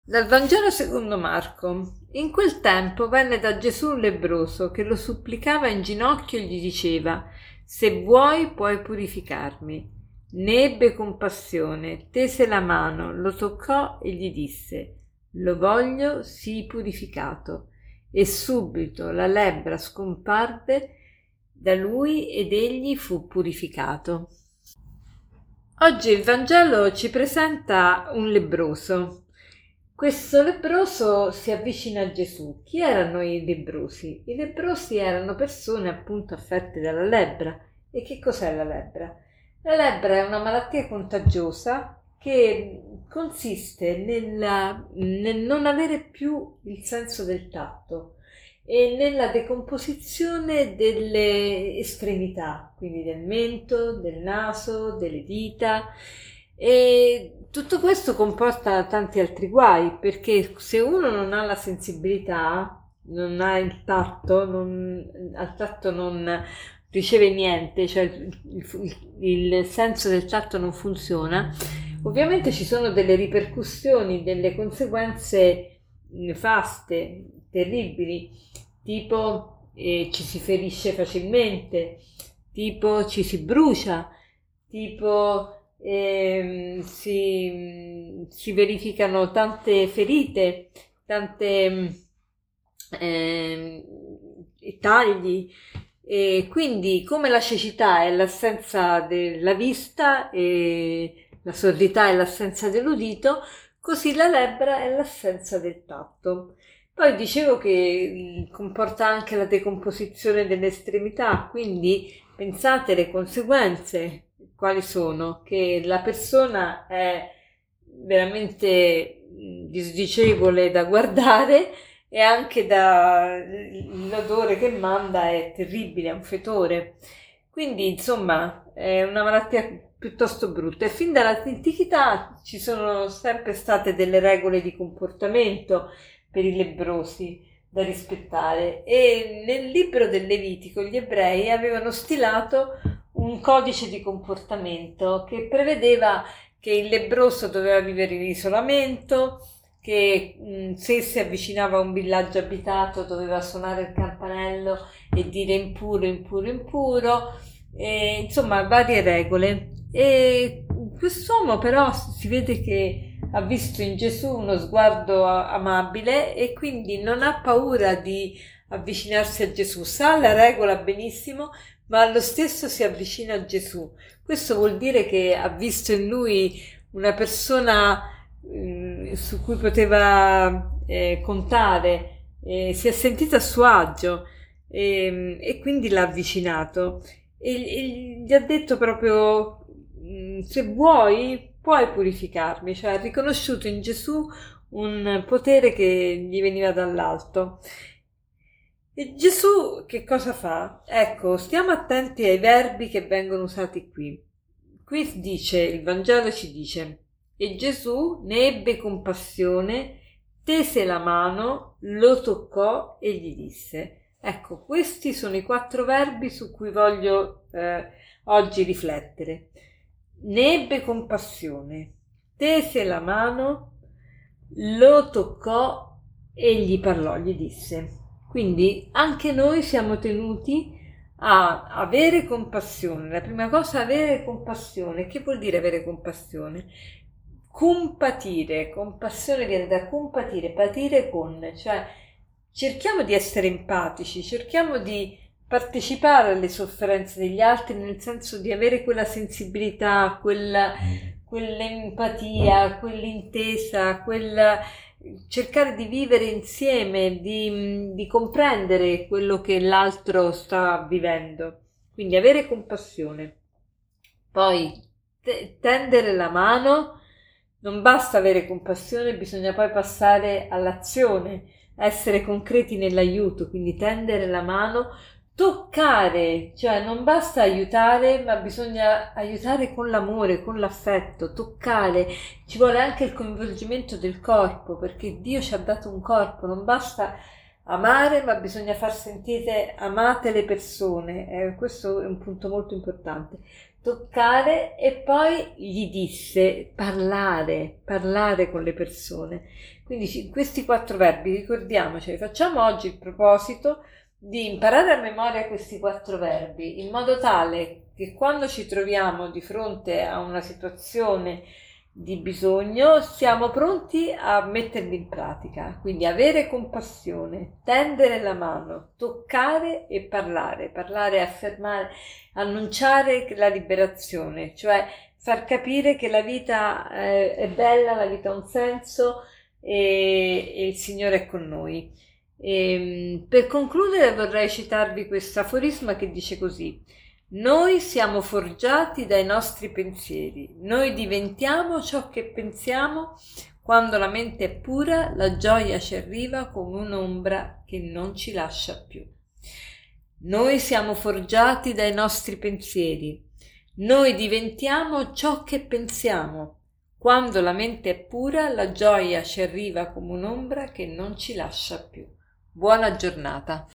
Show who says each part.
Speaker 1: Dal Vangelo secondo Marco. In quel tempo venne da Gesù un lebbroso che lo supplicava in ginocchio e gli diceva: Se vuoi puoi purificarmi. Ne ebbe compassione, tese la mano, lo toccò e gli disse: Lo voglio, sii purificato. E subito la lebbra scomparve da lui ed egli fu purificato. Oggi il Vangelo ci presenta un lebbroso. Questo lebbroso si avvicina a Gesù. Chi erano i lebbrosi? I lebbrosi erano persone appunto affette dalla lebbra. E che cos'è la lebbra? La lebbra è una malattia contagiosa che consiste nel non avere più il senso del tatto e nella decomposizione delle estremità, quindi del mento, del naso, delle dita. E tutto questo comporta tanti altri guai, perché se uno non ha la sensibilità, non ha il tatto, al tatto non riceve niente, cioè il senso del tatto non funziona, ovviamente ci sono delle ripercussioni, delle conseguenze nefaste, terribili, tipo ci si ferisce facilmente, tipo ci si brucia, tipo si verificano tante ferite, tante tagli, e quindi come la cecità è l'assenza della vista e la sordità è l'assenza dell'udito, così la lebbra è l'assenza del tatto. Poi dicevo che comporta anche la decomposizione delle estremità, quindi pensate le conseguenze quali sono, che la persona è veramente disdicevole da guardare e anche l'odore che manda è terribile, è un fetore. Quindi insomma è una malattia piuttosto brutta e fin dall'antichità ci sono sempre state delle regole di comportamento per i lebbrosi da rispettare e nel libro del Levitico gli ebrei avevano stilato un codice di comportamento che prevedeva che il lebbroso doveva vivere in isolamento, che se si avvicinava a un villaggio abitato doveva suonare il campanello e dire impuro, impuro, impuro, e, insomma varie regole. E quest'uomo però si vede che ha visto in Gesù uno sguardo amabile e quindi non ha paura di avvicinarsi a Gesù, sa la regola benissimo, ma allo stesso si avvicina a Gesù. Questo vuol dire che ha visto in lui una persona su cui poteva contare, si è sentito a suo agio e quindi l'ha avvicinato e gli ha detto proprio se vuoi puoi purificarmi, cioè ha riconosciuto in Gesù un potere che gli veniva dall'alto. E Gesù che cosa fa? Ecco, stiamo attenti ai verbi che vengono usati qui. Qui dice, il Vangelo ci dice: e Gesù ne ebbe compassione, tese la mano, lo toccò e gli disse. Ecco, questi sono i 4 verbi su cui voglio oggi riflettere. Ne ebbe compassione, tese la mano, lo toccò e gli parlò, gli disse. Quindi anche noi siamo tenuti a avere compassione. La prima cosa, avere compassione. Che vuol dire avere compassione? Compatire. Compassione viene da compatire, patire con, cioè cerchiamo di essere empatici, cerchiamo di partecipare alle sofferenze degli altri nel senso di avere quella sensibilità, quell'empatia, quell'intesa, cercare di vivere insieme, di comprendere quello che l'altro sta vivendo. Quindi avere compassione. Poi tendere la mano, non basta avere compassione, bisogna poi passare all'azione, essere concreti nell'aiuto, quindi tendere la mano, toccare, cioè non basta aiutare, ma bisogna aiutare con l'amore, con l'affetto, toccare, ci vuole anche il coinvolgimento del corpo, perché Dio ci ha dato un corpo, non basta amare, ma bisogna far sentire amate le persone. Questo è un punto molto importante. Toccare, e poi gli disse parlare con le persone. Quindi questi 4 verbi, ricordiamoci, facciamo oggi il proposito di imparare a memoria questi 4 verbi, in modo tale che quando ci troviamo di fronte a una situazione di bisogno siamo pronti a metterli in pratica. Quindi avere compassione, tendere la mano, toccare e parlare, affermare, annunciare la liberazione, cioè far capire che la vita è bella, la vita ha un senso e il Signore è con noi. Per concludere vorrei citarvi questo aforisma che dice così: noi siamo forgiati dai nostri pensieri, noi diventiamo ciò che pensiamo. Quando la mente è pura, la gioia ci arriva come un'ombra che non ci lascia più. Noi siamo forgiati dai nostri pensieri, noi diventiamo ciò che pensiamo. Quando la mente è pura, la gioia ci arriva come un'ombra che non ci lascia più. Buona giornata.